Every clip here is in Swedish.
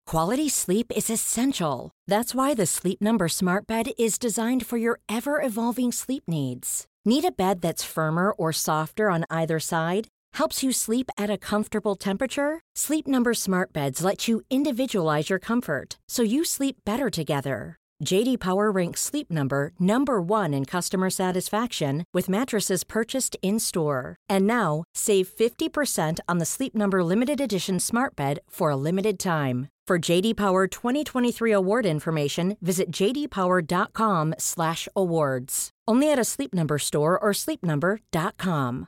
Quality sleep is essential. That's why the Sleep Number Smart Bed is designed for your ever-evolving sleep needs. Need a bed that's firmer or softer on either side? Helps you sleep at a comfortable temperature? Sleep Number Smart Beds let you individualize your comfort, so you sleep better together. JD Power ranks Sleep Number #1 in customer satisfaction with mattresses purchased in-store. And now, save 50% on the Sleep Number Limited Edition Smart Bed for a limited time. For JD Power 2023 award information, visit jdpower.com/awards. Only at a Sleep Number store or sleepnumber.com.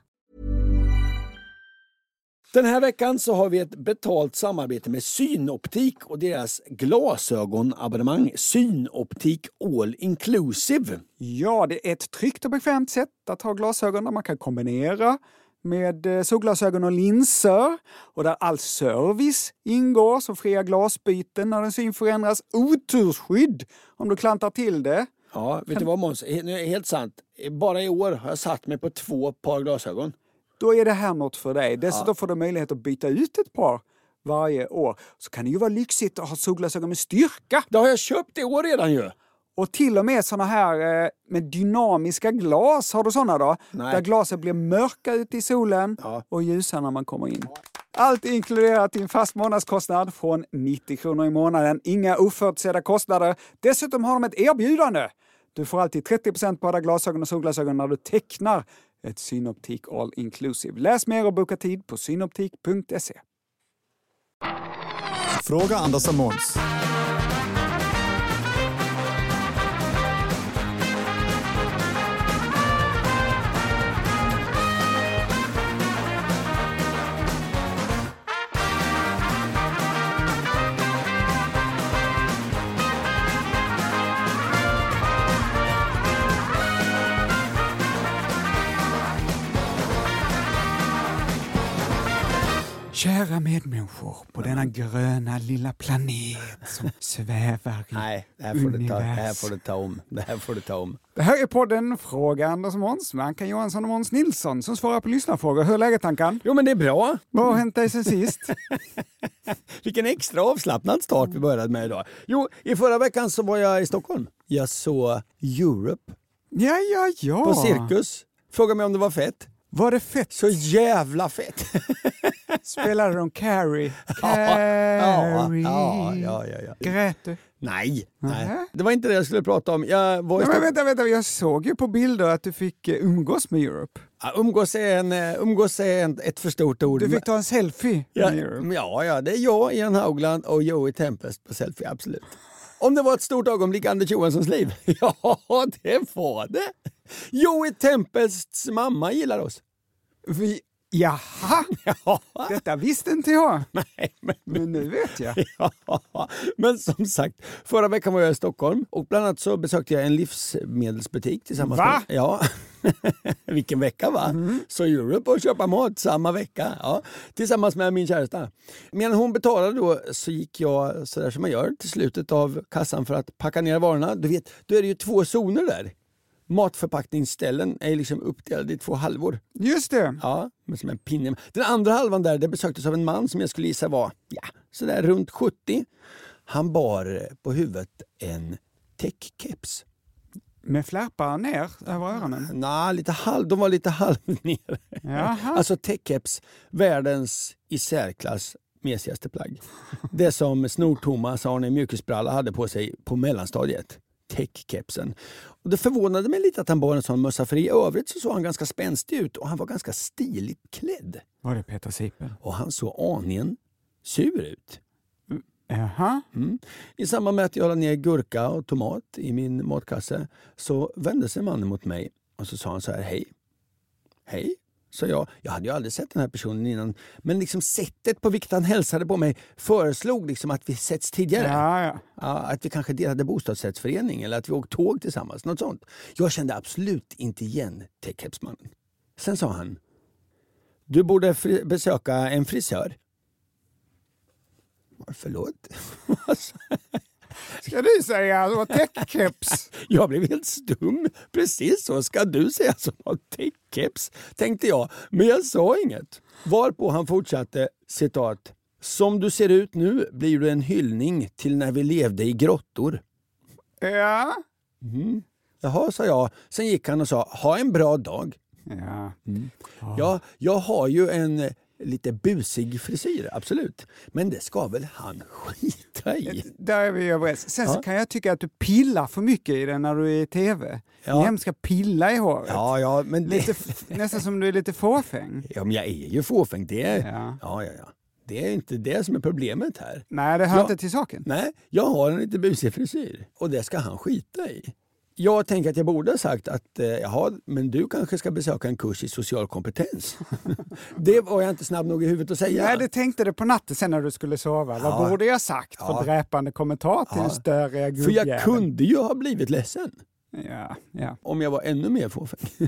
Den här veckan så har vi ett betalt samarbete med Synoptik och deras glasögonabonnemang Synoptik All Inclusive. Ja, det är ett tryggt och bekvämt sätt att ha glasögon där man kan kombinera med solglasögon och linser och där all service ingår som fria glasbyten när din syn förändras, otursskydd om du klantar till det. Ja, vet du vad Måns? Helt sant. Bara i år har jag satt mig på 2 par glasögon. Då är det här något för dig. Dessutom får du möjlighet att byta ut ett par varje år. Så kan det ju vara lyxigt att ha solglasögon med styrka. Det har jag köpt i år redan ju. Och till och med såna här med dynamiska glas. Har du såna då? Nej. Där glaset blir mörka ute i solen och ljusa när man kommer in. Allt inkluderat i en fast månadskostnad från 90 kronor i månaden. Inga oförutsedda kostnader. Dessutom har de ett erbjudande. Du får alltid 30% på alla glasögon och solglasögon när du tecknar ett Synoptik All Inclusive. Läs mer och boka tid på synoptik.se. Fråga Anders och Måns. Kära medmänniskor på denna gröna lilla planet som svävar i Nej, det här får du ta om. Det här är podden Fråga Anders och Måns med Ankan Johansson och Måns Nilsson som svarar på lyssnarfrågor. Hur är läget, Ankan? Jo, men det är bra. Vad har hänt dig sen sist? Vilken extra avslappnad start vi började med idag. Jo, i förra veckan så var jag i Stockholm. Jag såg Europe Ja. på Cirkus. Fråga mig om det var fett. Var det fett? Så jävla fett. Spelade de Carrie? Ja. Grät du? Nej. Det var inte det jag skulle prata om. Jag var men vänta. Jag såg ju på bilder att du fick umgås med Europe. Ja, umgås är ett för stort ord. Du fick ta en selfie med Europe. Ja, det är jag, Ian Haugland och Joey Tempest på selfie, absolut. Om det var ett stort ögonblick i Anders Johanssons liv? Ja, det var det. Joey Tempests mamma gillar oss. Jaha, detta visste inte jag. Nej, men nu vet jag. Ja, men som sagt, förra veckan var jag i Stockholm och bland annat så besökte jag en livsmedelsbutik tillsammans med... Ja, vilken vecka va? Så Europe och köpa mat samma vecka, tillsammans med min käresta. Men hon betalade då så gick jag sådär som man gör till slutet av kassan för att packa ner varorna. Du vet, då är det ju 2 zoner där. Matförpackningsställen är liksom uppdelade i 2 halvor. Just det. Ja, men som en pinne. Den andra halvan där, det besöktes av en man som jag skulle gissa var, sådär runt 70. Han bar på huvudet en täckkeps. Med flärpar ner över öronen? Nej, de var lite halv ner. Jaha. Alltså täckkeps, världens i särklass mesigaste plagg. Det som Snor-Thomas Arne Mjukisbralla hade på sig på mellanstadiet. Täckkepsen. Och det förvånade mig lite att han bar en sån mössa, för i övrigt så såg han ganska spänstig ut och han var ganska stiligt klädd. Var det Peter Sipen? Och han såg aningen sur ut. Jaha. I samband med att jag la ner gurka och tomat i min matkasse så vände sig mannen mot mig och så sa han så här: Hej. Så jag hade ju aldrig sett den här personen innan, men liksom sättet på vilket han hälsade på mig föreslog liksom att vi setts tidigare. Ja. Att vi kanske delade bostadsrättsförening eller att vi åkte tåg tillsammans, något sånt. Jag kände absolut inte igen täckkepsmannen. Sen sa han: Du borde besöka en frisör. Förlåt? Ska du säga att det var täckkeps? Jag blev helt stum. Precis så ska du säga som var täckkeps, tänkte jag. Men jag sa inget. Varpå han fortsatte, citat: Som du ser ut nu blir du en hyllning till när vi levde i grottor. Ja. Jaha, sa jag. Sen gick han och sa, ha en bra dag. Ja. Ja, jag har ju en lite busig frisyr, absolut. Men det ska väl han skita i. Där är vi överens. Sen så kan jag tycka att du pillar för mycket i den när du är i tv. Ja. Jämt ska pilla i håret. Ja, men Lite, nästan som du är lite fåfäng. Ja, men jag är ju fåfäng. Det är... Ja. Ja. Det är inte det som är problemet här. Nej, det hör inte till saken. Nej, jag har en lite busig frisyr. Och det ska han skita i. Jag tänker att jag borde ha sagt att men du kanske ska besöka en kurs i social kompetens. Det var jag inte snabb nog i huvudet att säga. Nej, det tänkte du på natten sen när du skulle sova. Vad borde jag sagt för dräpande kommentar till en större gubbjävel? För jag kunde ju ha blivit ledsen. Ja. Om jag var ännu mer fåfäng.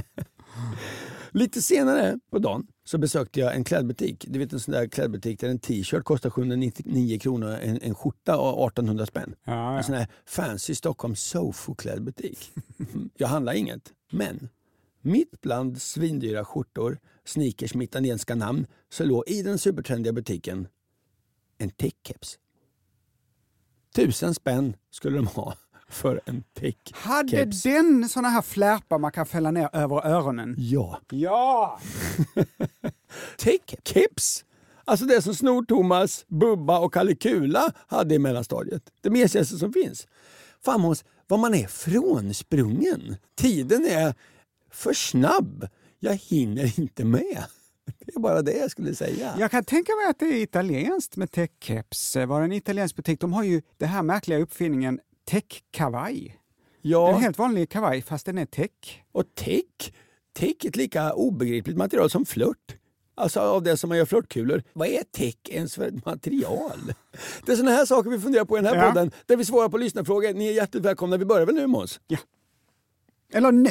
Lite senare på dagen så besökte jag en klädbutik. Du vet en sån där klädbutik där en t-shirt kostar 799 kronor, en skjorta och 1800 spänn. Ja. En sån här fancy Stockholm Sofo-klädbutik. Jag handlar inget. Men mitt bland svindyra skjortor, sneakers med italienska namn, så låg i den supertrendiga butiken en tech-keps. 1000 spänn skulle de ha för en tech-keps. Hade den såna här flärpar man kan fälla ner över öronen? Ja! Tech-keps! Alltså det som Snor Thomas, Bubba och Kalle Kula hade i mellanstadiet. Det mesigaste som finns. Fan Måns, vad man är frånsprungen. Tiden är för snabb. Jag hinner inte med. Det är bara det jag skulle säga. Jag kan tänka mig att det är italienskt med tech-keps. Var det en italiensk butik? De har ju det här märkliga uppfinningen tech-kavaj. Ja. En helt vanlig kavaj fast den är tech. Och tech är ett lika obegripligt material som flört. Alltså av det som man gör flörtkulor. Vad är tech ens för material? Det är såna här saker vi funderar på i den här podden. Där vi svarar på lyssnarfrågor. Ni är hjärtligt välkomna. Vi börjar väl nu, Måns? Ja. Eller nu.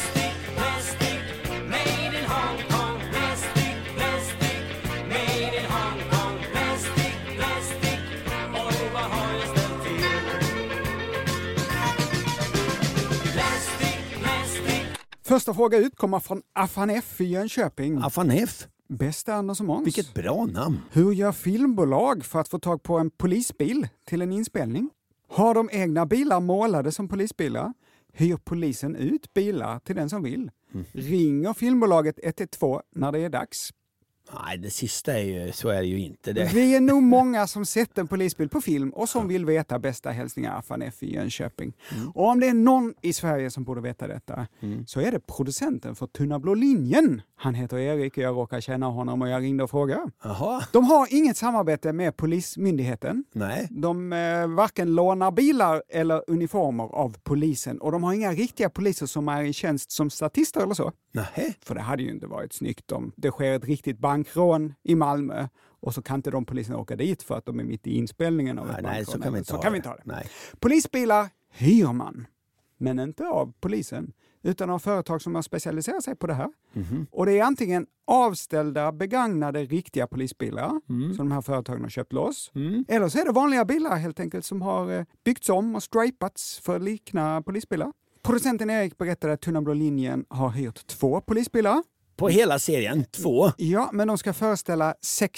Första fråga ut kommer från Afanef i Jönköping. Afanef? Bästa Anders och Måns. Vilket bra namn. Hur gör filmbolag för att få tag på en polisbil till en inspelning? Har de egna bilar målade som polisbilar? Hyr polisen ut bilar till den som vill? Ringer filmbolaget 112 när det är dags? Nej, det sista är ju, så är det ju inte. Det. Vi är nog många som sett en polisbil på film och som vill veta bästa hälsningar Afanef i Jönköping. Och om det är någon i Sverige som borde veta detta så är det producenten för Tunna blå linjen. Han heter Erik och jag råkar känna honom och jag ringde och frågade. Aha. De har inget samarbete med polismyndigheten. Nej. De varken lånar bilar eller uniformer av polisen och de har inga riktiga poliser som är i tjänst som statister eller så. Nej. För det hade ju inte varit snyggt om det sker ett riktigt bankrån i Malmö och så kan inte de poliserna åka dit för att de är mitt i inspelningen av ett bankrån. Nej, så kan vi inte ha det. Nej. Polisbilar hyr man, men inte av polisen utan av företag som har specialiserat sig på det här. Och det är antingen avställda, begagnade, riktiga polisbilar som de här företagen har köpt loss. Eller så är det vanliga bilar helt enkelt som har byggts om och stripats för att likna polisbilar. Producenten Erik berättade att Tunna blå linjen har hyrt 2 polisbilar. På hela serien? 2? Ja, men de ska föreställa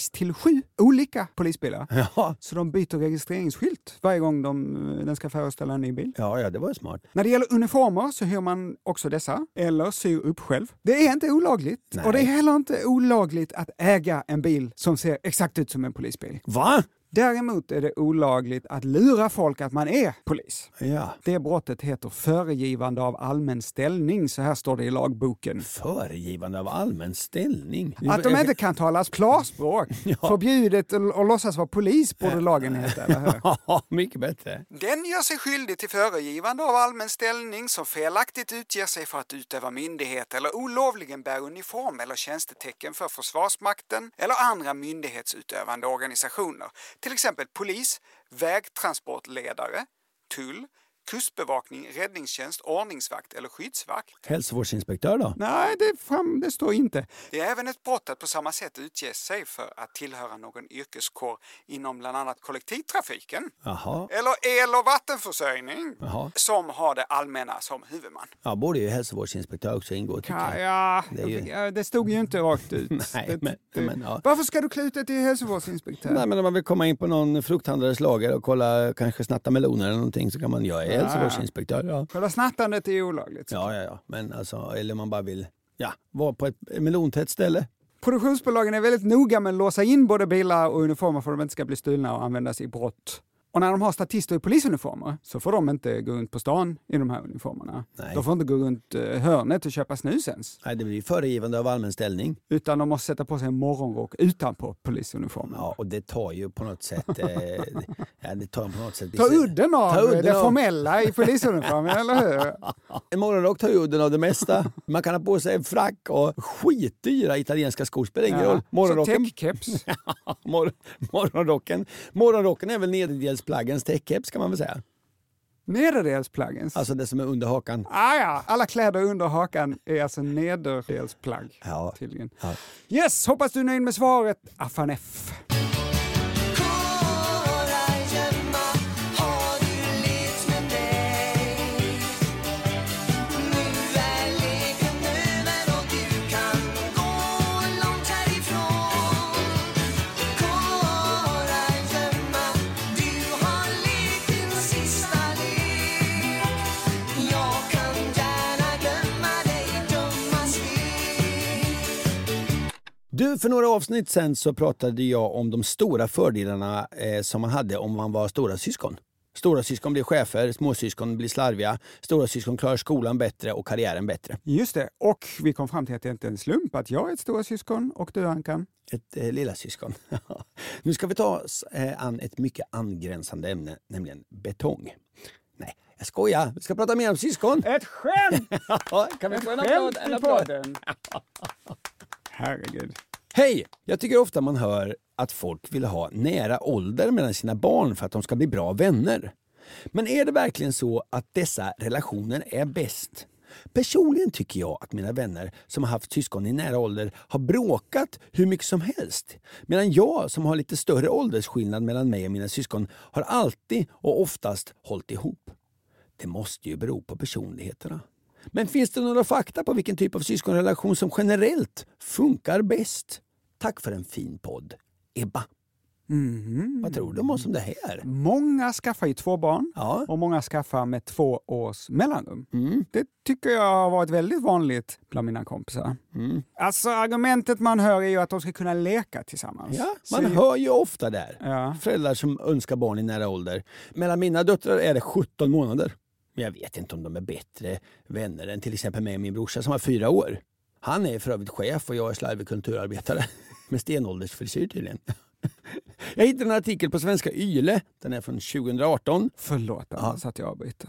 6-7 olika polisbilar. Ja. Så de byter registreringsskylt varje gång den ska föreställa en ny bil. Ja, det var smart. När det gäller uniformer så hyr man också dessa, eller syr upp själv. Det är inte olagligt. Nej. Och det är heller inte olagligt att äga en bil som ser exakt ut som en polisbil. Va? Däremot är det olagligt att lura folk att man är polis. Ja. Det brottet heter föregivande av allmän ställning, så här står det i lagboken. Föregivande av allmän ställning? Att de inte kan tala klarspråk. Förbjudet att låtsas vara polis borde lagen heta, eller hur? Ja, mycket bättre. Den gör sig skyldig till föregivande av allmän ställning som felaktigt utger sig för att utöva myndighet eller olovligen bär uniform eller tjänstetecken för Försvarsmakten eller andra myndighetsutövande organisationer. Till exempel polis, vägtransportledare, tull, kustbevakning, räddningstjänst, ordningsvakt eller skyddsvakt. Hälsovårdsinspektör då? Nej, det står inte. Det är även ett brott att på samma sätt utge sig för att tillhöra någon yrkeskår inom bland annat kollektivtrafiken. Jaha. Eller el- och vattenförsörjning. Jaha. Som har det allmänna som huvudman. Ja, borde ju hälsovårdsinspektör också ingå, tycker jag. Ja, Det det stod ju inte rakt ut. Nej, men ja. Varför ska du kluta till hälsovårdsinspektör? Nej, men om man vill komma in på någon frukthandlares lager och kolla, kanske snatta meloner eller någonting, så kan man göra hälsovårdsinspektör. Ja. Själva snattandet är olagligt. Ja. Men alltså, eller man bara vill vara på ett melontätt ställe. Produktionsbolagen är väldigt noga med att låsa in både bilar och uniformer för att de inte ska bli stulna och användas i brott. Och när de har statister i polisuniformer så får de inte gå runt på stan i de här uniformerna. Nej. De får inte gå runt hörnet och köpa snus ens. Nej, det blir föregivande av allmän ställning. Utan de måste sätta på sig en morgonrock utanpå polisuniformen. Ja, och det tar ju på något sätt... Ta udden av det formella i polisuniformen, eller hur? En morgonrock tar udden av det mesta. Man kan ha på sig en frack och skitdyra italienska skor, spelar ingen roll. Morgonrocken. Så täckkeps. Morgonrocken är väl nederdelsplaggens täckkeps, kan man väl säga. Nederdelsplaggens? Alltså det som är under hakan. Ja. Alla kläder under hakan är alltså nederdelsplagg. Ja. Tydligen. Ja. Yes, hoppas du är nöjd med svaret. Affan F. Du, för några avsnitt sen så pratade jag om de stora fördelarna som man hade om man var stora syskon. Stora syskon blir chefer, småsyskon blir slarviga, stora syskon klarar skolan bättre och karriären bättre. Just det, och vi kom fram till att det inte är en slump att jag är ett stora syskon och du, Ankan. Ett lilla syskon. Nu ska vi ta oss an ett mycket angränsande ämne, nämligen betong. Nej, jag skojar. Vi ska prata mer om syskon. Ett skämt! Kan vi få en applåd? Herregud. Hej! Jag tycker ofta man hör att folk vill ha nära ålder mellan sina barn för att de ska bli bra vänner. Men är det verkligen så att dessa relationer är bäst? Personligen tycker jag att mina vänner som har haft syskon i nära ålder har bråkat hur mycket som helst. Medan jag som har lite större åldersskillnad mellan mig och mina syskon har alltid och oftast hållit ihop. Det måste ju bero på personligheterna. Men finns det några fakta på vilken typ av syskonrelation som generellt funkar bäst? Tack för en fin podd. Ebba. Vad tror du om oss om det här? Många skaffar ju 2 barn och många skaffar med 2 års mellanrum. Det tycker jag har varit väldigt vanligt bland mina kompisar. Alltså argumentet man hör är ju att de ska kunna leka tillsammans. Ja, man hör ju ofta där. Ja. Föräldrar som önskar barn i nära ålder. Mellan mina döttrar är det 17 månader. Men jag vet inte om de är bättre vänner än till exempel mig och min brorsa som har 4 år. Han är för övrigt chef och jag är slarvig kulturarbetare. Med stenåldersfrisyr tydligen. Jag hittade en artikel på svenska Yle. Den är från 2018. Förlåt så att jag avbryter.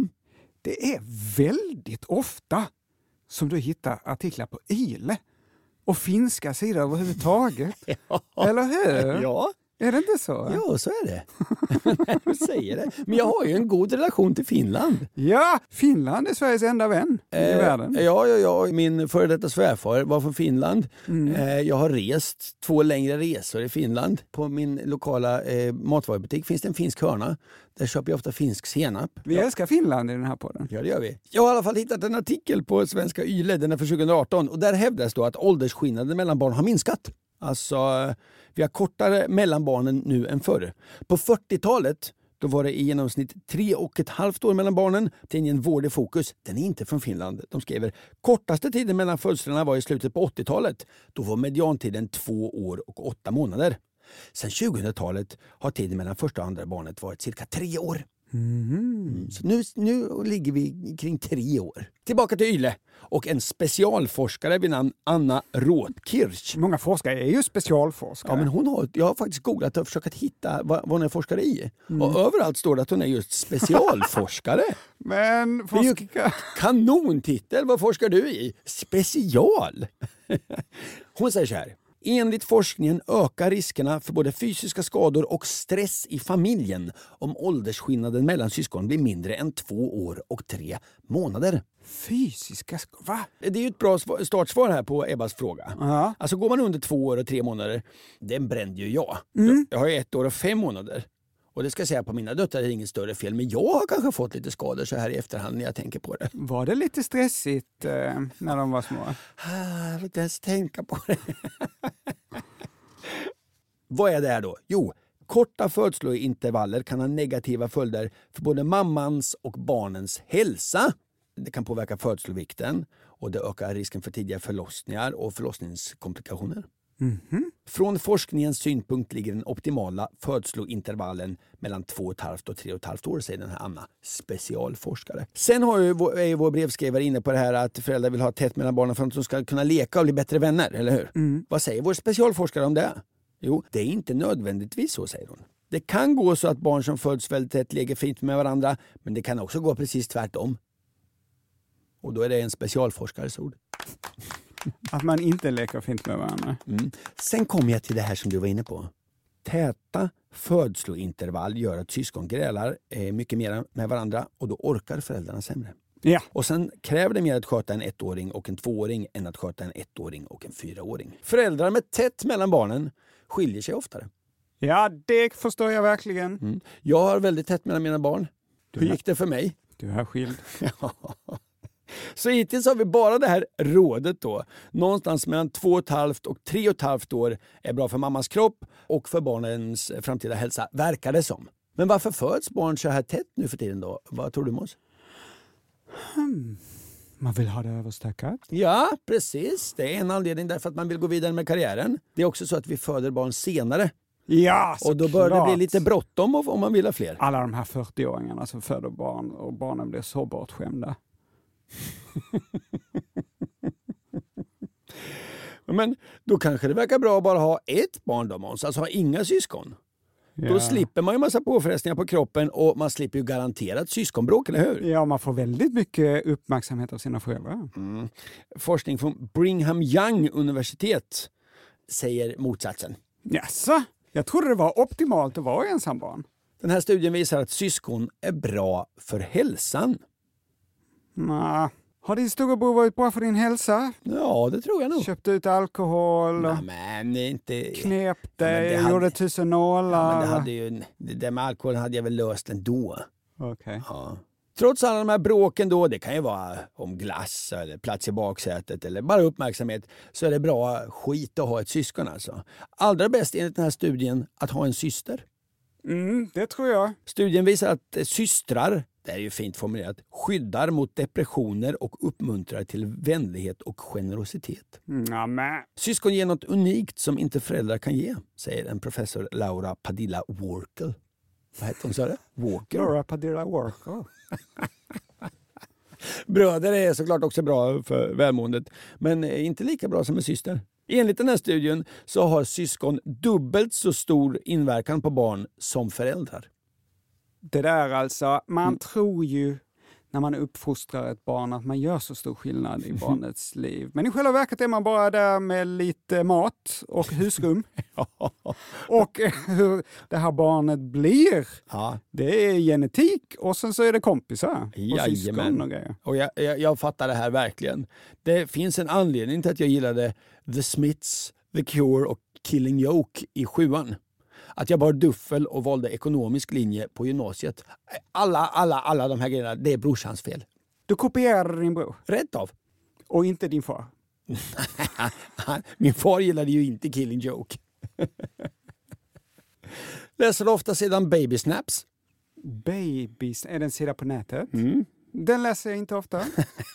Det är väldigt ofta som du hittar artiklar på Yle. Och finska sidor överhuvudtaget. Eller hur? Ja. Är det inte så? Ja, så är det. Du säger det. Men jag har ju en god relation till Finland. Ja, Finland är Sveriges enda vän i världen. Ja. Min före detta svärfar var från Finland. Jag har rest 2 längre resor i Finland. På min lokala matvarubutik finns det en finsk hörna. Där köper jag ofta finsk senap. Vi älskar Finland i den här podden. Ja, det gör vi. Jag har i alla fall hittat en artikel på svenska Yle, den är från 2018. Och där hävdas då att åldersskillnaden mellan barn har minskat. Alltså, vi har kortare mellan barnen nu än förr. På 40-talet då var det i genomsnitt 3,5 år mellan barnen. Tidningen Vård i fokus, den är inte från Finland. De skriver, kortaste tiden mellan födelserna var i slutet på 80-talet. Då var mediantiden 2 år och 8 månader. Sen 2000-talet har tiden mellan första och andra barnet varit cirka 3 år. Så nu ligger vi kring 3 år. Tillbaka till Yle och en specialforskare vid namn Anna Rotkirch. Många forskare är ju specialforskare. Ja, men jag har faktiskt googlat och försökt hitta vad hon är forskare i. Och överallt står det att hon är just specialforskare. Men det är ju kanontitel. Vad forskar du i? Special. Hon säger så här. Enligt forskningen ökar riskerna för både fysiska skador och stress i familjen om åldersskillnaden mellan syskon blir mindre än 2 år och 3 månader. Fysiska skador? Va? Det är ju ett bra startsvar här på Ebbas fråga. Ja. Alltså går man under 2 år och 3 månader, den brände ju jag. Jag har ju 1 år och 5 månader. Och det ska jag säga, på mina döttrar är det inget större fel. Men jag har kanske fått lite skador så här i efterhand när jag tänker på det. Var det lite stressigt när de var små? Jag vill inte ens tänka på det. Vad är det här då? Jo, korta födslointervaller kan ha negativa följder för både mammans och barnens hälsa. Det kan påverka födslovikten och det ökar risken för tidiga förlossningar och förlossningskomplikationer. Från forskningens synpunkt ligger den optimala födslointervallen mellan 2,5 och 3,5 år, säger den här Anna, specialforskare. Sen är ju vår brevskrivare inne på det här att föräldrar vill ha tätt mellan barnen för att de ska kunna leka och bli bättre vänner, eller hur? Vad säger vår specialforskare om det? Jo, det är inte nödvändigtvis så, säger hon. Det kan gå så att barn som föds väldigt tätt leker fint med varandra, men det kan också gå precis tvärtom. Och då är det en specialforskares ord. Att man inte leker fint med varandra. Sen kom jag till det här som du var inne på. Täta födslointervall gör att syskon grälar mycket mer med varandra och då orkar föräldrarna sämre. Ja. Och sen kräver det mer att sköta en 1-åring och en 2-åring än att sköta en 1-åring och en 4-åring. Föräldrar med tätt mellan barnen skiljer sig oftare. Ja, det förstår jag verkligen. Jag har väldigt tätt mellan mina barn. Hur gick det för mig? Du är skild. Så hittills har vi bara det här rådet då. Någonstans mellan 2,5 och 3,5 år är bra för mammas kropp och för barnens framtida hälsa, verkar det som. Men varför föds barn så här tätt nu för tiden då? Vad tror du, Måns? Man vill ha det överstökat. Ja, precis. Det är en anledning därför att man vill gå vidare med karriären. Det är också så att vi föder barn senare. Ja, och då bör det bli lite bråttom om man vill ha fler. Alla de här 40-åringarna som föder barn och barnen blir så bortskämda. Men då kanske det verkar bra att bara ha ett barn då, Måns. Alltså ha inga syskon. Ja. Då slipper man ju massa påfrestningar på kroppen och man slipper ju garanterat syskonbråk, eller hur? Ja, man får väldigt mycket uppmärksamhet av sina föräldrar. Forskning från Brigham Young universitet säger motsatsen. Jaså? Jag trodde det var optimalt att vara ensambarn. Den här studien visar att syskon är bra för hälsan. Nej. Har din storebror varit bra för din hälsa? Ja, det tror jag nog. Köpt ut alkohol och knep dig, gjorde 1000 nålar. Ja, men det där med alkoholen hade jag väl löst ändå. Okej. Ja. Trots alla de här bråken då, det kan ju vara om glass eller plats i baksätet eller bara uppmärksamhet, så är det bra skit att ha ett syskon alltså. Allra bäst enligt den här studien att ha en syster. Det tror jag. Studien visar att systrar, det är ju fint formulerat, skyddar mot depressioner och uppmuntrar till vänlighet och generositet. Syskon ger något unikt som inte föräldrar kan ge, säger en professor Laura Padilla Walker. Vad heter hon, sa det? Walker. Laura Padilla Walker. Bröder är såklart också bra för välmåendet, men inte lika bra som en syster. Enligt den här studien så har syskon dubbelt så stor inverkan på barn som föräldrar. Det där alltså, man tror ju när man uppfostrar ett barn att man gör så stor skillnad i barnets liv. Men i själva verket är man bara där med lite mat och husrum. Och hur det här barnet blir, det är genetik och sen så är det kompisar och syskon och grejer. Och jag fattar det här verkligen. Det finns en anledning till att jag gillade The Smiths, The Cure och Killing Joke i 7:an. Att jag bar duffel och valde ekonomisk linje på gymnasiet. Alla de här grejerna, det är brorsans fel. Du kopierade din bror? Rätt av. Och inte din far? Min far gillade ju inte Killing Joke. Läser du ofta sedan Baby Snaps? Är det en sida på nätet? Den läser jag inte ofta.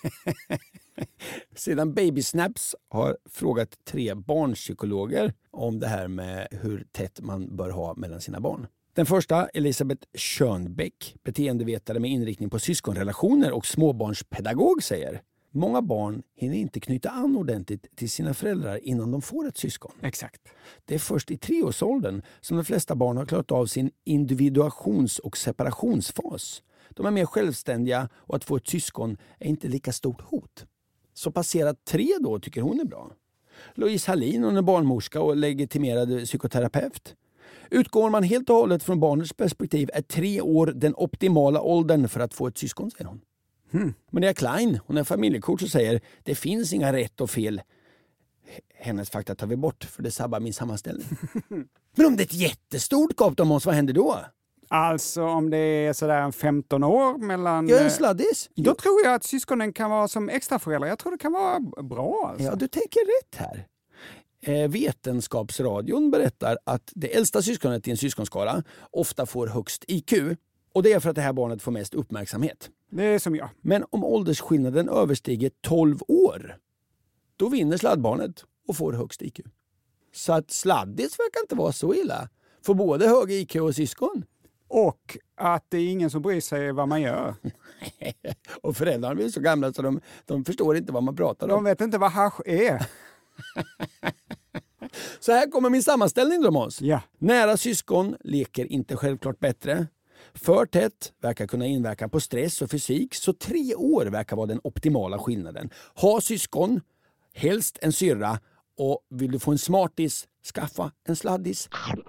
Sedan Baby Snaps har frågat 3 barnpsykologer om det här med hur tätt man bör ha mellan sina barn. Den första, Elisabeth Schönbeck, beteendevetare med inriktning på syskonrelationer och småbarnspedagog, säger: många barn hinner inte knyta an ordentligt till sina föräldrar innan de får ett syskon. Exakt. Det är först i 3-årsåldern som de flesta barn har klarat av sin individuations- och separationsfas. De är mer självständiga och att få ett syskon är inte lika stort hot. Så passerat 3 då tycker hon är bra. Louise Hallin, hon är barnmorska och legitimerad psykoterapeut. Utgår man helt och hållet från barnets perspektiv är 3 år den optimala åldern för att få ett syskon, säger hon. Maria Klein, hon är familjecoach och säger det finns inga rätt och fel. Hennes fakta tar vi bort för det sabbar min sammanställning. Men om det är ett jättestort gap då, Måns, vad händer då? Alltså om det är sådär 15 år mellan... Jag är en sladdis. Då tror jag att syskonen kan vara som extra föräldrar. Jag tror det kan vara bra. Alltså. Ja, du tänker rätt här. Vetenskapsradion berättar att det äldsta syskonet i en syskonskara ofta får högst IQ. Och det är för att det här barnet får mest uppmärksamhet. Det är som jag. Men om åldersskillnaden överstiger 12 år, då vinner sladdbarnet och får högst IQ. Så att sladdis verkar inte vara så illa. Får både hög IQ och syskon. Och att det är ingen som bryr sig vad man gör. Och föräldrarna blir så gamla så de förstår inte vad man pratar om. De vet inte vad hasch är. Så här kommer min sammanställning då, Måns. Ja. Nära syskon leker inte självklart bättre. För tätt verkar kunna inverka på stress och fysik, så 3 år verkar vara den optimala skillnaden. Ha syskon, helst en syrra, och vill du få en smartis, skaffa en sladdis.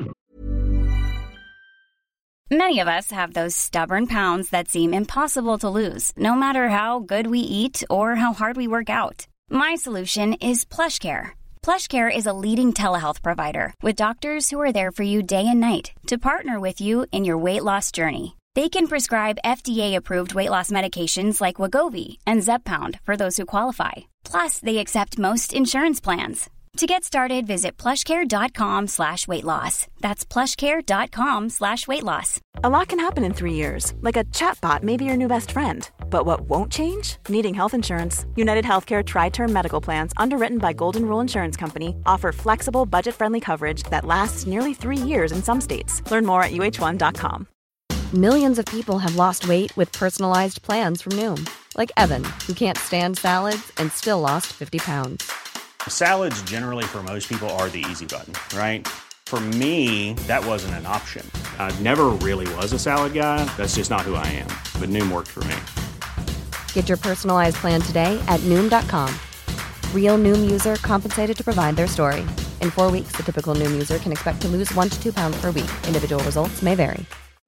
Many of us have those stubborn pounds that seem impossible to lose, no matter how good we eat or how hard we work out. My solution is PlushCare. PlushCare is a leading telehealth provider with doctors who are there for you day and night to partner with you in your weight loss journey. They can prescribe FDA-approved weight loss medications like Wegovy and Zepbound for those who qualify. Plus, they accept most insurance plans. To get started, visit plushcare.com/weightloss. That's plushcare.com/weightloss. A lot can happen in 3 years, like a chatbot may be your new best friend. But what won't change? Needing health insurance. United Healthcare Tri-Term Medical Plans, underwritten by Golden Rule Insurance Company, offer flexible, budget-friendly coverage that lasts nearly 3 years in some states. Learn more at uh1.com. Millions of people have lost weight with personalized plans from Noom. Like Evan, who can't stand salads and still lost 50 pounds. Salads generally for most people are the easy button, right? For me, that wasn't an option. I never really was a salad guy. That's just not who I am. But Noom worked for me. Get your personalized plan today at Noom.com. Real Noom user compensated to provide their story. In 4 weeks, the typical Noom user can expect to lose 1 to 2 pounds per week. Individual results may vary.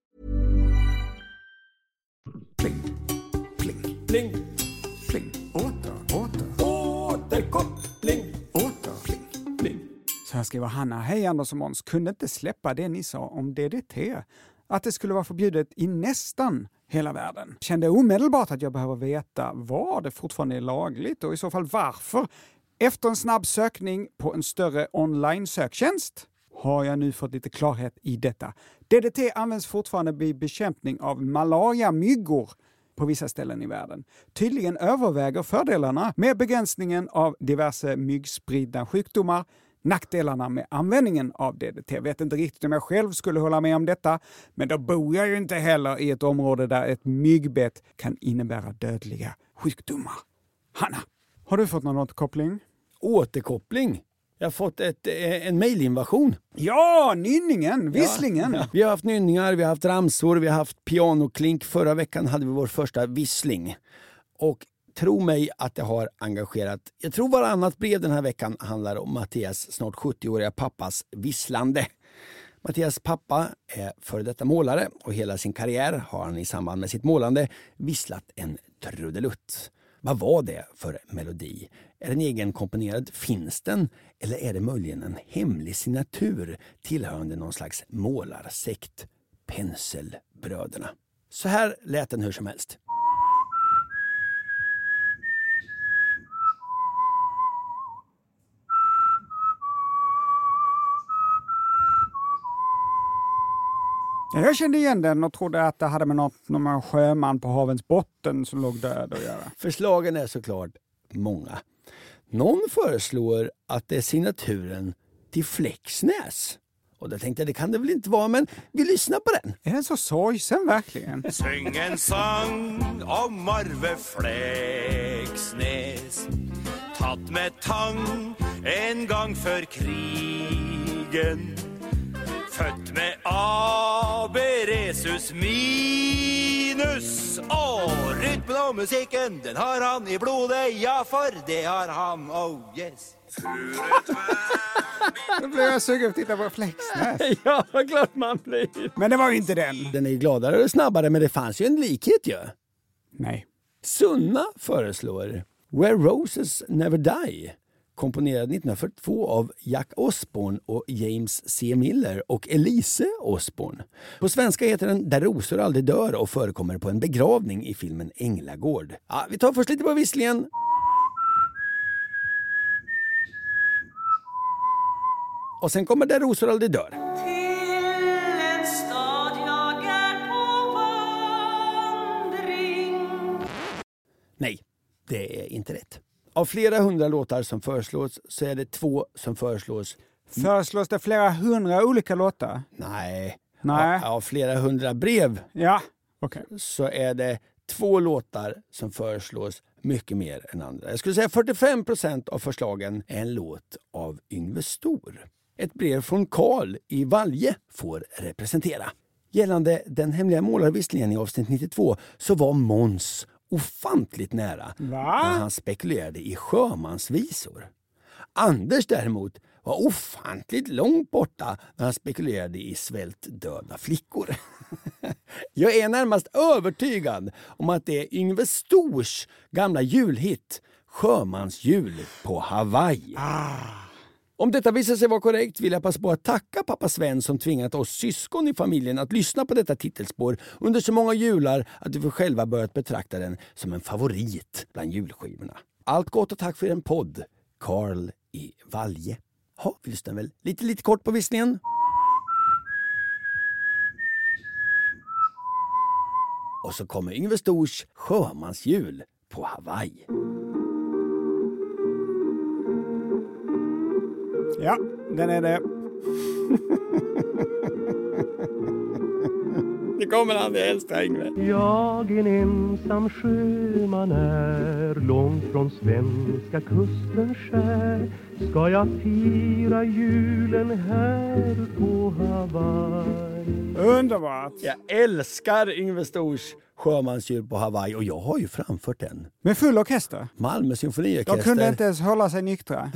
Pling, pling, pling, pling. Återkoppling. Så här skriver Hanna. Hej Anders och Måns, kunde inte släppa det ni sa om DDT. Att det skulle vara förbjudet i nästan hela världen. Kände omedelbart att jag behöver veta var det fortfarande är lagligt och i så fall varför. Efter en snabb sökning på en större online-söktjänst har jag nu fått lite klarhet i detta. DDT används fortfarande vid bekämpning av malariamyggor på vissa ställen i världen. Tydligen överväger fördelarna med begränsningen av diverse myggspridda sjukdomar, nackdelarna med användningen av DDT. Jag vet inte riktigt om jag själv skulle hålla med om detta, men då bor jag ju inte heller i ett område där ett myggbett kan innebära dödliga sjukdomar. Hanna, har du fått någon återkoppling? Återkoppling? Jag har fått en mejlinvasion. Ja, nynningen, visslingen. Ja. Vi har haft nynningar, vi har haft ramsor, vi har haft pianoklink. Förra veckan hade vi vår första vissling. Och tro mig att det har engagerat. Jag tror varannat brev den här veckan handlar om Mattias snart 70-åriga pappas visslande. Mattias pappa är före detta målare och hela sin karriär har han i samband med sitt målande visslat en trudelutt. Vad var det för melodi? Är den egenkomponerad? Finns den? Eller är det möjligen en hemlig signatur tillhörande någon slags målarsekt? Penselbröderna. Så här lät den hur som helst. Jag kände igen den och trodde att det hade med någon sjöman på havens botten som låg död att göra. Förslagen är såklart många. Någon föreslår att det är signaturen till Flexnäs. Och då tänkte jag, det kan det väl inte vara, men vi lyssnar på den. Är den så sorgsen verkligen? Syng en sång om Marve Flexnäs, tatt med tang en gång för krigen. Fött med Aberesus min sinus. Och rytmen och musiken, den har han i blodet. Ja, för det har han, oh yes. Då blev jag sugen att titta på Flexnäs. Ja, vad klart man blir. Men det var ju inte den. Den är ju gladare och snabbare, men det fanns ju en likhet ju. Nej. Sunna föreslår Where Roses Never Die, komponerad 1942 av Jack Osbourne och James C. Miller och Elise Osbourne. På svenska heter den Där rosor aldrig dör och förekommer på en begravning i filmen Änglagård. Ja, vi tar först lite på visslingen. Och sen kommer Där rosor aldrig dör. Till en stad jag är på vandring. Nej, det är inte rätt. Av flera 100 låtar som föreslås så är det 2 som föreslås. Föreslås det flera 100 olika låtar? Nej. Nej. Av flera 100 brev Ja, okej. så är det 2 låtar som föreslås mycket mer än andra. Jag skulle säga 45% av förslagen är en låt av Yngve Stor. Ett brev från Karl i Valje får representera. Gällande den hemliga målarvisslingen i avsnitt 92 så var Måns ofantligt nära när han spekulerade i sjömansvisor. Anders däremot var ofantligt långt borta när han spekulerade i svältdöda flickor. Jag är närmast övertygad om att det är Yngve Stors gamla julhit Sjömansjul på Hawaii. Om detta visar sig vara korrekt vill jag passa på att tacka pappa Sven som tvingat oss syskon i familjen att lyssna på detta titelspår under så många jular att vi själva börjat betrakta den som en favorit bland julskivorna. Allt gott och tack för en podd, Karl i Valje. Ja, vi lyssnar väl lite kort på visningen. Och så kommer Yngve Stors Sjömansjul på Hawaii. Ja, den är det. Det kommer han, det äldsta Yngve. Jag en ensam sjöman är långt från svenska kusten skär. Ska jag fira julen här på Hawaii? Underbart. Jag älskar Yngve Stors Sjömansjul på Hawaii och jag har ju framfört den. Med full orkester? Malmö symfoniorkester. De kunde inte ens hålla sig nyktra.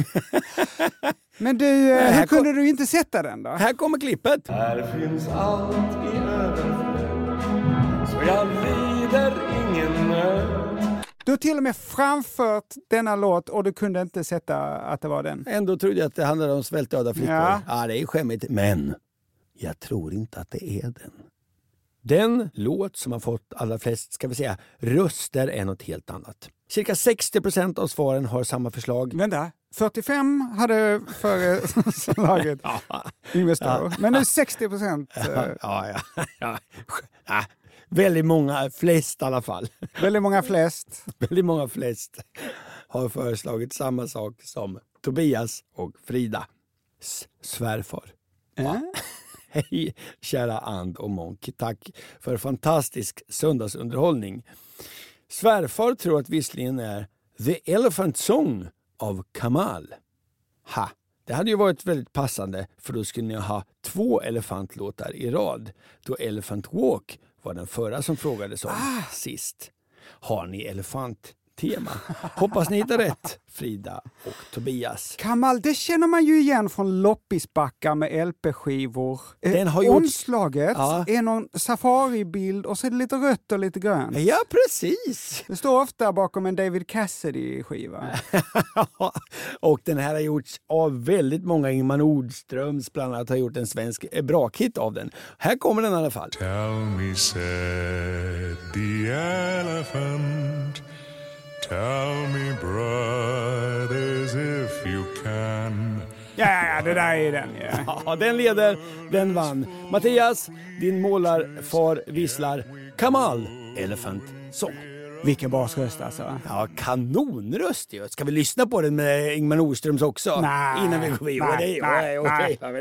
Men du, hur kunde du inte sätta den då? Här kommer klippet. Här finns allt i överflöd, så jag lider ingen nöd. Du har till och med framfört denna låt och du kunde inte sätta att det var den. Ändå trodde jag att det handlade om svältdöda flickor. Ja, det är skämmigt. Men jag tror inte att det är den. Den låt som har fått allra flest, ska vi säga, röster är något helt annat. Cirka 60% av svaren har samma förslag. Vänta, 45 hade föreslaget Investor. Men nu 60%. Ja. Väldigt många, flest i alla fall. Väldigt många flest har föreslagit samma sak som Tobias och Frida. Svärfar. Hej kära And och Monk. Tack för fantastisk söndagsunderhållning. Svärfar tror att visslingen är The Elephant Song av Kamal. Det hade ju varit väldigt passande, för då skulle ni ha 2 elefantlåtar i rad. Då Elephant Walk var den förra som frågades om sist. Har ni elefanttema? Hoppas ni hittar rätt, Frida och Tobias. Kamal, det känner man ju igen från loppisbackar med LP-skivor. Den har gjort... Omslaget är någon safaribild och så är det lite rött och lite grönt. Ja, precis. Det står ofta bakom en David Cassidy-skiva. Och den här har gjorts av väldigt många. Ingmar Nordströms bland annat har gjort en svensk brakhit av den. Här kommer den i alla fall. Tell me, said the elephant, tell me brothers if you can. Ja, det där är den. Ja, den leder, den vann. Mattias, din målarfar visslar Kamal, Elephant Song. Vilken basröst alltså. Ja, kanonröst ju. Ska vi lyssna på den med Ingmar Nordströms också? Nej. Innan vi går vidare. Nej.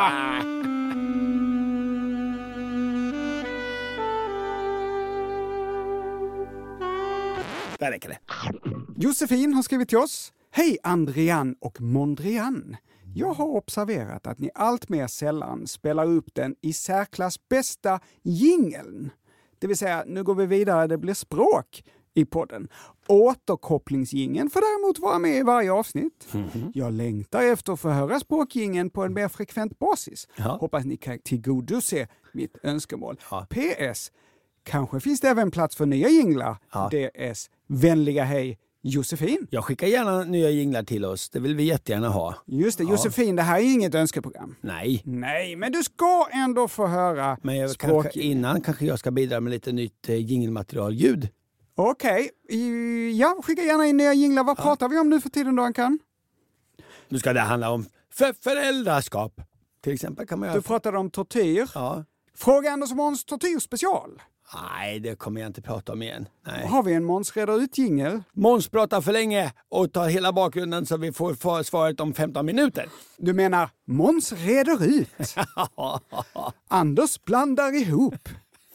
Där räcker det. Josefin har skrivit till oss. Hej Andrian och Mondrian. Jag har observerat att ni allt mer sällan spelar upp den i särklass bästa jingeln. Det vill säga, nu går vi vidare, det blir språk i podden. Återkopplingsjingeln får däremot vara med i varje avsnitt. Jag längtar efter att få höra språkjingeln på en mer frekvent basis. Hoppas ni kan tillgodose mitt önskemål. PS, kanske finns det även plats för nya jinglar. DS, vänliga hej, Josefin. Jag skickar gärna nya jinglar till oss. Det vill vi jättegärna ha. Just det, Josefin, det här är inget önskeprogram. Nej. Nej, men du ska ändå få höra innan kanske jag ska bidra med lite nytt jingelmaterial-ljud. Okej. Ja, skicka gärna in nya jinglar. Vad pratar vi om nu för tiden då, Ankan? Nu ska det handla om föräldraskap. Till exempel kan man Du pratade om tortyr. Fråga Anders och Måns tortyrspecial. Nej, det kommer jag inte prata om igen. Nej. Har vi en Måns reder ut-jingel? Måns pratar för länge och tar hela bakgrunden så vi får svaret om 15 minuter. Du menar Måns reder ut? Anders blandar ihop.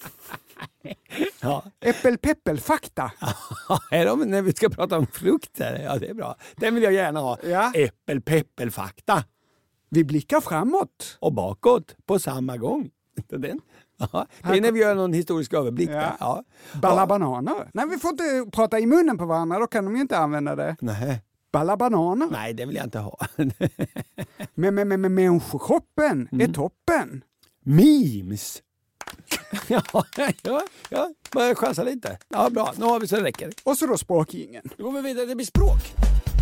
Äppelpeppelfakta. Är de när vi ska prata om frukter? Ja, det är bra. Den vill jag gärna ha. Äppelpeppelfakta. Vi blickar framåt. Och bakåt på samma gång. Den. Ja, det är när vi gör någon historisk överblick. Ja. Ballabananer. Nej, vi får inte prata i munnen på varandra, då kan de ju inte använda det. Nej. Ballabananer. Nej, det vill jag inte ha. Men människokroppen är toppen. Memes. Ja, bara chansa lite. Ja, bra. Nu har vi så det räcker. Och så då språkjingeln. Då går vi vidare, det blir språk.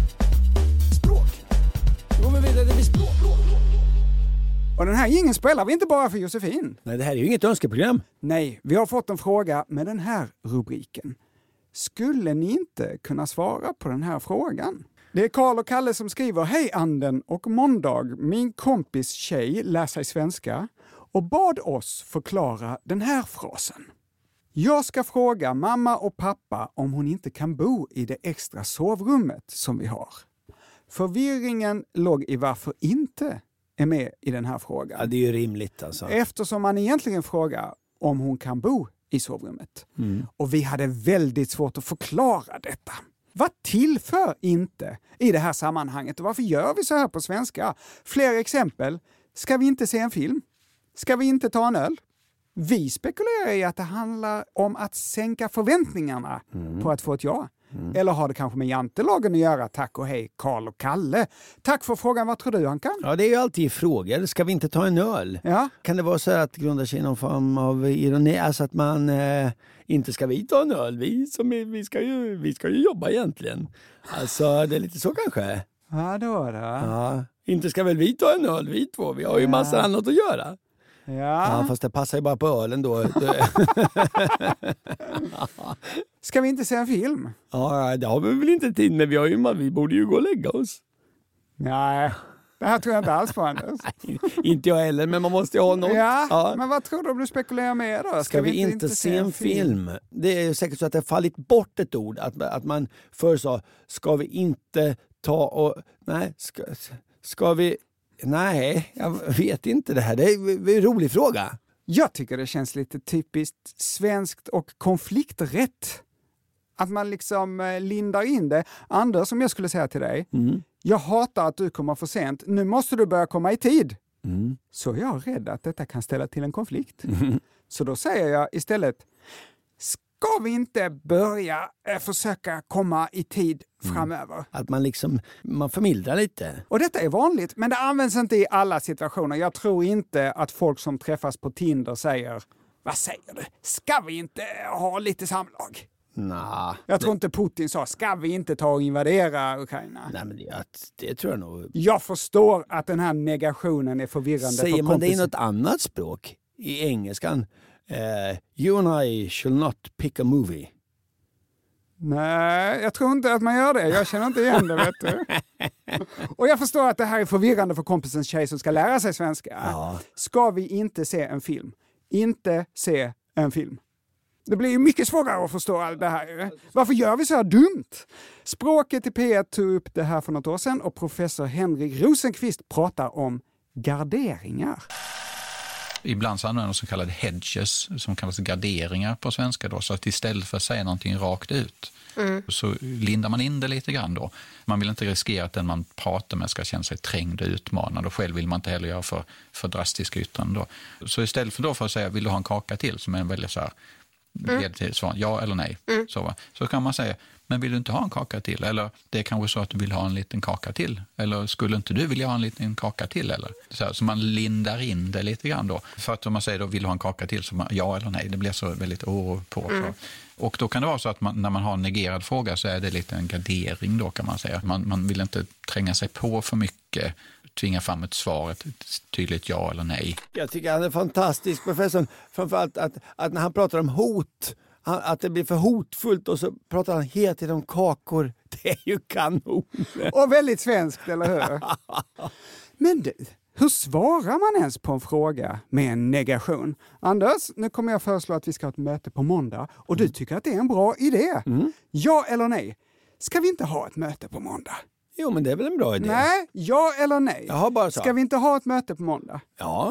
Då går vi vidare, det blir språk. Och den här jingeln spelar vi inte bara för Josefin. Nej, det här är ju inget önskeprogram. Nej, vi har fått en fråga med den här rubriken. Skulle ni inte kunna svara på den här frågan? Det är Karl och Kalle som skriver: Hej Anden och Måndag, min kompis tjej lär sig svenska och bad oss förklara den här frasen. Jag ska fråga mamma och pappa om hon inte kan bo i det extra sovrummet som vi har. Förvirringen låg i varför inte är med i den här frågan. Ja, det är ju rimligt alltså. Eftersom man egentligen frågar om hon kan bo i sovrummet. Och vi hade väldigt svårt att förklara detta. Vad tillför inte i det här sammanhanget och varför gör vi så här på svenska? Fler exempel. Ska vi inte se en film? Ska vi inte ta en öl? Vi spekulerar i att det handlar om att sänka förväntningarna på att få ett ja. Eller har det kanske med jantelagen att göra? Tack och hej, Karl och Kalle. Tack för frågan. Vad tror du, Ankan? Ja, det är ju alltid frågor. Ska vi inte ta en öl? Ja. Kan det vara så att det grundar sig i någon form av ironi? Alltså att man inte ska vi ta en öl? Vi ska ju jobba egentligen. Alltså, det är lite så kanske. Ja, då. Ja. Inte ska väl vi ta en öl, vi två? Vi har ju massa annat att göra. Ja, fast det passar ju bara på ölen då. Ska vi inte se en film? Ja, det har vi väl inte tid med. Vi borde ju gå och lägga oss. Nej, det här tror jag inte alls på, Anders. Inte jag heller, men man måste ju ha något. Ja, men vad tror du om du spekulerar med då? Ska vi inte se en film? Det är säkert så att det har fallit bort ett ord. Att man förr sa, ska vi inte ta och... Nej, ska vi... Nej, jag vet inte det här. Det är en rolig fråga. Jag tycker det känns lite typiskt svenskt och konflikträtt. Att man liksom lindar in det. Anders, som jag skulle säga till dig. Jag hatar att du kommer för sent. Nu måste du börja komma i tid. Så jag är rädd att detta kan ställa till en konflikt. Så då säger jag istället, ska vi inte börja försöka komma i tid framöver? Att man förmildrar lite. Och detta är vanligt, men det används inte i alla situationer. Jag tror inte att folk som träffas på Tinder säger, vad säger du? Ska vi inte ha lite samlag? Nah, jag tror inte Putin sa, ska vi inte ta och invadera Ukraina? Nej, men det tror jag nog. Jag förstår att den här negationen är förvirrande. Säger man det i något annat språk? I engelskan? You and I shall not pick a movie. Nej, jag tror inte att man gör det. Jag känner inte igen det, vet du. Och jag förstår att det här är förvirrande för kompisens tjej som ska lära sig svenska. Ja. Ska vi inte se en film? Inte se en film. Det blir ju mycket svårare att förstå allt det här. Varför gör vi så här dumt? Språket i P1 tog upp det här för något år sedan och professor Henrik Rosenqvist pratar om garderingar. Ibland så använder man så kallade hedges som kallas garderingar på svenska då, så att istället för att säga någonting rakt ut så lindar man in det lite grann då. Man vill inte riskera att den man pratar med ska känna sig trängd och utmanad och själv vill man inte heller göra för drastiska yttranden då. Så istället för att säga vill du ha en kaka till som är en väldigt så här leder till svar ja eller nej. Så kan man säga, men vill du inte ha en kaka till? Eller det är kanske så att du vill ha en liten kaka till. Eller skulle inte du vilja ha en liten kaka till? Eller? Så man lindar in det lite grann då. För att om man säger då, vill du ha en kaka till? Så man, ja eller nej, det blir så väldigt på. Så. Och då kan det vara så att när man har en negerad fråga så är det lite en gardering då kan man säga. Man vill inte tränga sig på för mycket, tvinga fram ett svar, ett tydligt ja eller nej. Jag tycker han är fantastisk, professorn. Framförallt att när han pratar om hot, att det blir för hotfullt och så pratar han hela tiden om kakor. Det är ju kanon. Och väldigt svenskt, eller hur? Men du, hur svarar man ens på en fråga med en negation? Anders, nu kommer jag föreslå att vi ska ha ett möte på måndag och du tycker att det är en bra idé. Ja eller nej? Ska vi inte ha ett möte på måndag? Jo, men det är väl en bra idé. Nej, ja eller nej? Jaha, bara så. Ska vi inte ha ett möte på måndag? Ja.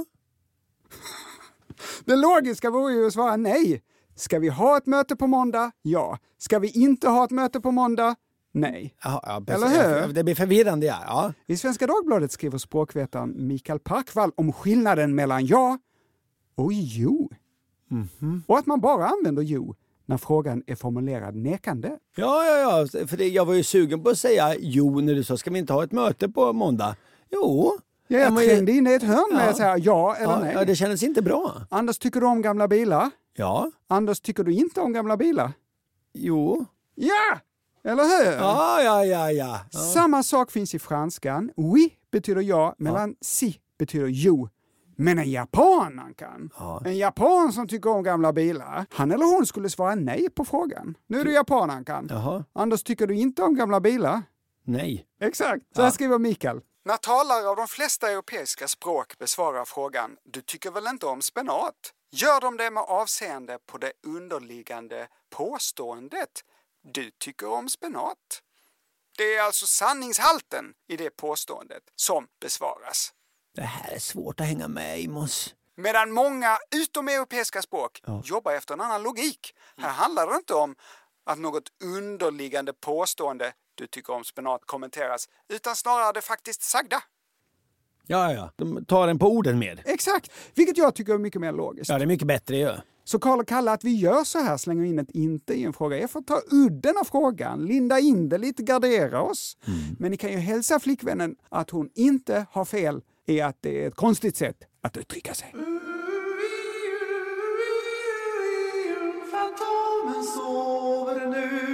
Det logiska vore ju att svara nej. Ska vi ha ett möte på måndag? Ja. Ska vi inte ha ett möte på måndag? Nej. Ja, eller hur? Det blir förvirrande, ja. I Svenska Dagbladet skriver språkvetaren Mikael Parkvall om skillnaden mellan ja och jo. Och att man bara använder jo när frågan är formulerad nekande. Ja. För jag var ju sugen på att säga jo när du sa, ska vi inte ha ett möte på måndag? Jo. Ja, jag trängde in i ett hörn med att säga ja eller nej. Ja, det kändes inte bra. Anders, tycker du om gamla bilar? Ja. Anders, tycker du inte om gamla bilar? Jo. Ja! Eller hur? Ja. Samma sak finns i franskan. Oui betyder ja, medan si betyder jo. Men en japan kan. En japan som tycker om gamla bilar, han eller hon skulle svara nej på frågan. Nu är du japanen kan. Anders, tycker du inte om gamla bilar? Nej. Exakt. Så här skriver Mikael. När talare av de flesta europeiska språk besvarar frågan du tycker väl inte om spenat? Gör de det med avseende på det underliggande påståendet du tycker om spenat? Det är alltså sanningshalten i det påståendet som besvaras. Det här är svårt att hänga med i, Mås. Medan många utomeuropeiska språk jobbar efter en annan logik. Här handlar det inte om att något underliggande påstående du tycker om spenat kommenteras, utan snarare det faktiskt sagda. Ja. De tar den på orden med. Exakt, vilket jag tycker är mycket mer logiskt. Ja, det är mycket bättre ju. Så Karl och Kalle, att vi gör så här, slänger in ett inte i en fråga, är för att ta udden av frågan, linda in det lite, gardera oss. Men ni kan ju hälsa flickvännen att hon inte har fel i att det är ett konstigt sätt att uttrycka sig. Fantomen sover nu.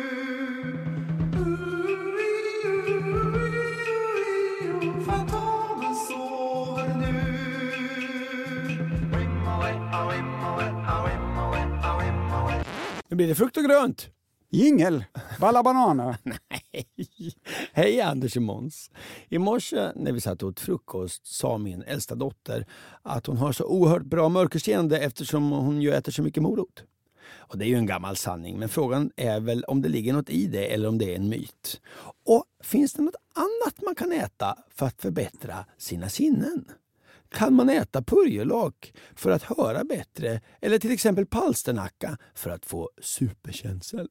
Fantomen sover nu. Nu blir det frukt och grönt. Jingel, balla bananer. Nej. Hej Anders och Måns. I morse när vi satt åt frukost sa min äldsta dotter att hon har så oerhört bra mörkerseende eftersom hon ju äter så mycket morot. Och det är ju en gammal sanning, men frågan är väl om det ligger något i det eller om det är en myt. Och finns det något annat man kan äta för att förbättra sina sinnen? Kan man äta purjolök för att höra bättre eller till exempel palsternacka för att få superkänsel?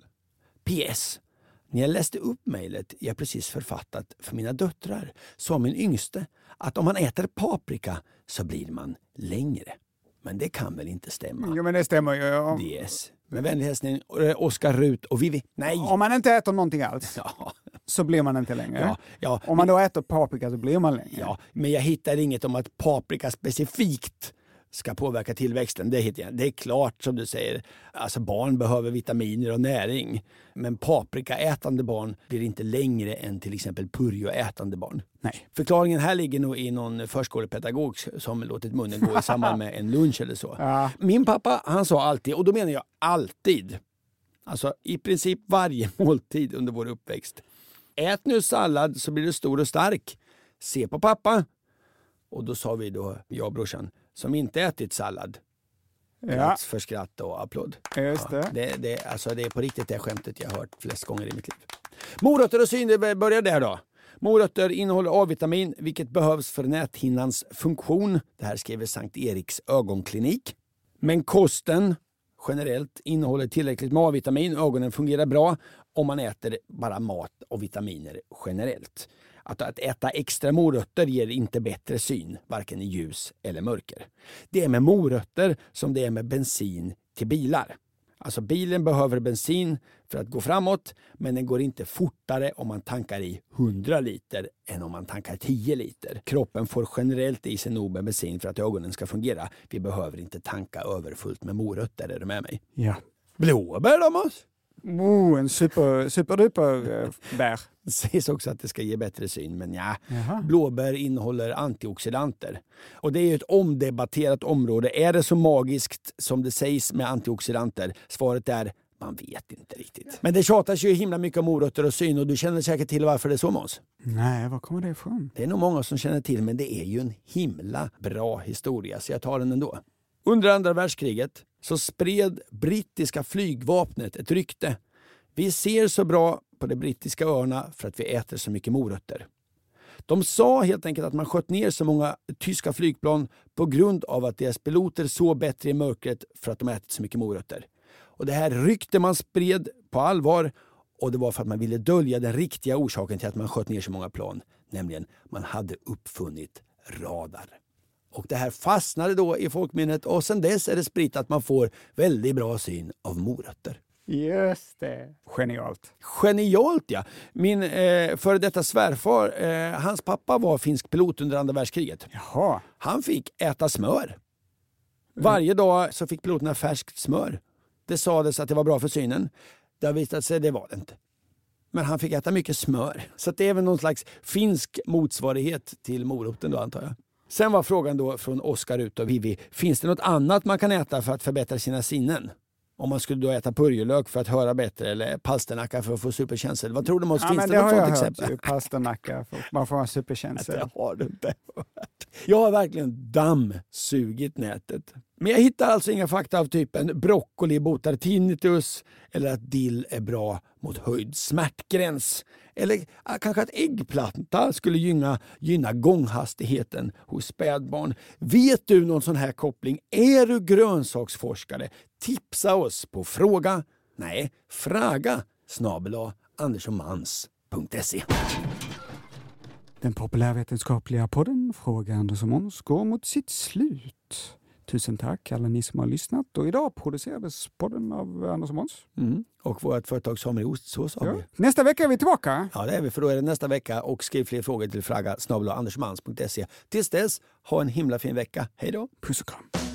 PS. När jag läste upp mejlet jag precis författat för mina döttrar sa min yngste att om man äter paprika så blir man längre. Men det kan väl inte stämma? Jo, men det stämmer ju. Ja. Yes. Med vänlig hälsning Oskar, Rut och Vivi. Nej. Om man inte äter någonting alls så blir man inte längre. Ja. Om man då äter paprika så blir man längre. Ja, men jag hittar inget om att paprika specifikt ska påverka tillväxten. Det är klart som du säger. Alltså barn behöver vitaminer och näring. Men paprikaätande barn blir inte längre än till exempel purjoätande barn. Nej. Förklaringen här ligger nog i någon förskolepedagog som låtit munnen gå i samband med en lunch eller så. Ja. Min pappa, han sa alltid, och då menar jag alltid, alltså i princip varje måltid under vår uppväxt. Ät nu sallad så blir du stor och stark. Se på pappa. Och då sa vi då, jag och brorsan, som inte ätit sallad. Ja. För skratt och applåd. Just det. Ja, det är på riktigt det skämtet jag har hört flest gånger i mitt liv. Morötter och syn, det börjar där då. Morötter innehåller A-vitamin, vilket behövs för näthinnans funktion. Det här skriver Sankt Eriks ögonklinik. Men kosten generellt innehåller tillräckligt med A-vitamin. Ögonen fungerar bra om man äter bara mat och vitaminer generellt. Att äta extra morötter ger inte bättre syn, varken i ljus eller mörker. Det är med morötter som det är med bensin till bilar. Alltså bilen behöver bensin för att gå framåt, men den går inte fortare om man tankar i 100 liter än om man tankar 10 liter. Kroppen får generellt i sig nog med bensin för att ögonen ska fungera. Vi behöver inte tanka överfullt med morötter, är du med mig? Ja. Blåbär då, Måns? En superduper bär. Det sägs också att det ska ge bättre syn, men ja. Blåbär innehåller antioxidanter. Och det är ju ett omdebatterat område. Är det så magiskt som det sägs med antioxidanter? Svaret är, man vet inte riktigt. Men det tjatas ju himla mycket om morötter och syn, och du känner säkert till varför det är så, Måns? Nej, var kommer det ifrån? Det är nog många som känner till, men det är ju en himla bra historia, så jag tar den ändå. Under andra världskriget så spred brittiska flygvapnet ett rykte. Vi ser så bra på de brittiska öarna för att vi äter så mycket morötter. De sa helt enkelt att man sköt ner så många tyska flygplan på grund av att deras piloter såg bättre i mörkret för att de ätit så mycket morötter. Och det här rykte man spred på allvar, och det var för att man ville dölja den riktiga orsaken till att man sköt ner så många plan. Nämligen, man hade uppfunnit radar. Och det här fastnade då i folkminnet, och sedan dess är det spritt att man får väldigt bra syn av morötter. Just det. Genialt. Genialt, ja. Min före detta svärfar, hans pappa var finsk pilot under andra världskriget. Jaha. Han fick äta smör. Varje dag så fick piloterna färskt smör. Det sades att det var bra för synen. Det har visat sig, det var det inte. Men han fick äta mycket smör. Så det är väl någon slags finsk motsvarighet till moroten då, antar jag. Sen var frågan då från Oskar ut och Vivi. Finns det något annat man kan äta för att förbättra sina sinnen? Om man skulle då äta purjolök för att höra bättre, eller palsternacka för att få superkänsel. Vad tror du, Måns? Finns det något sånt exempel? Palsternacka för att man får en superkänsel. Det har du inte hört. Jag har verkligen dammsugit nätet. Men jag hittar alltså inga fakta av typen broccoli botar tinnitus, eller att dill är bra mot höjd smärtgräns. Eller kanske att äggplanta skulle gynna gånghastigheten hos spädbarn. Vet du någon sån här koppling? Är du grönsaksforskare? Tipsa oss på fraga@andersommans.se. Den populärvetenskapliga podden Fråga Anders och Måns går mot sitt slut. Tusen tack alla ni som har lyssnat, och idag producerades podden av Anders och Måns. Och vårt företag Samer i Ostsås. Ja. Nästa vecka är vi tillbaka. Ja, det är vi, för då är det nästa vecka, och skriv fler frågor till fraga@andersommans.se. Tills dess, ha en himla fin vecka. Hej då. Puss och kram.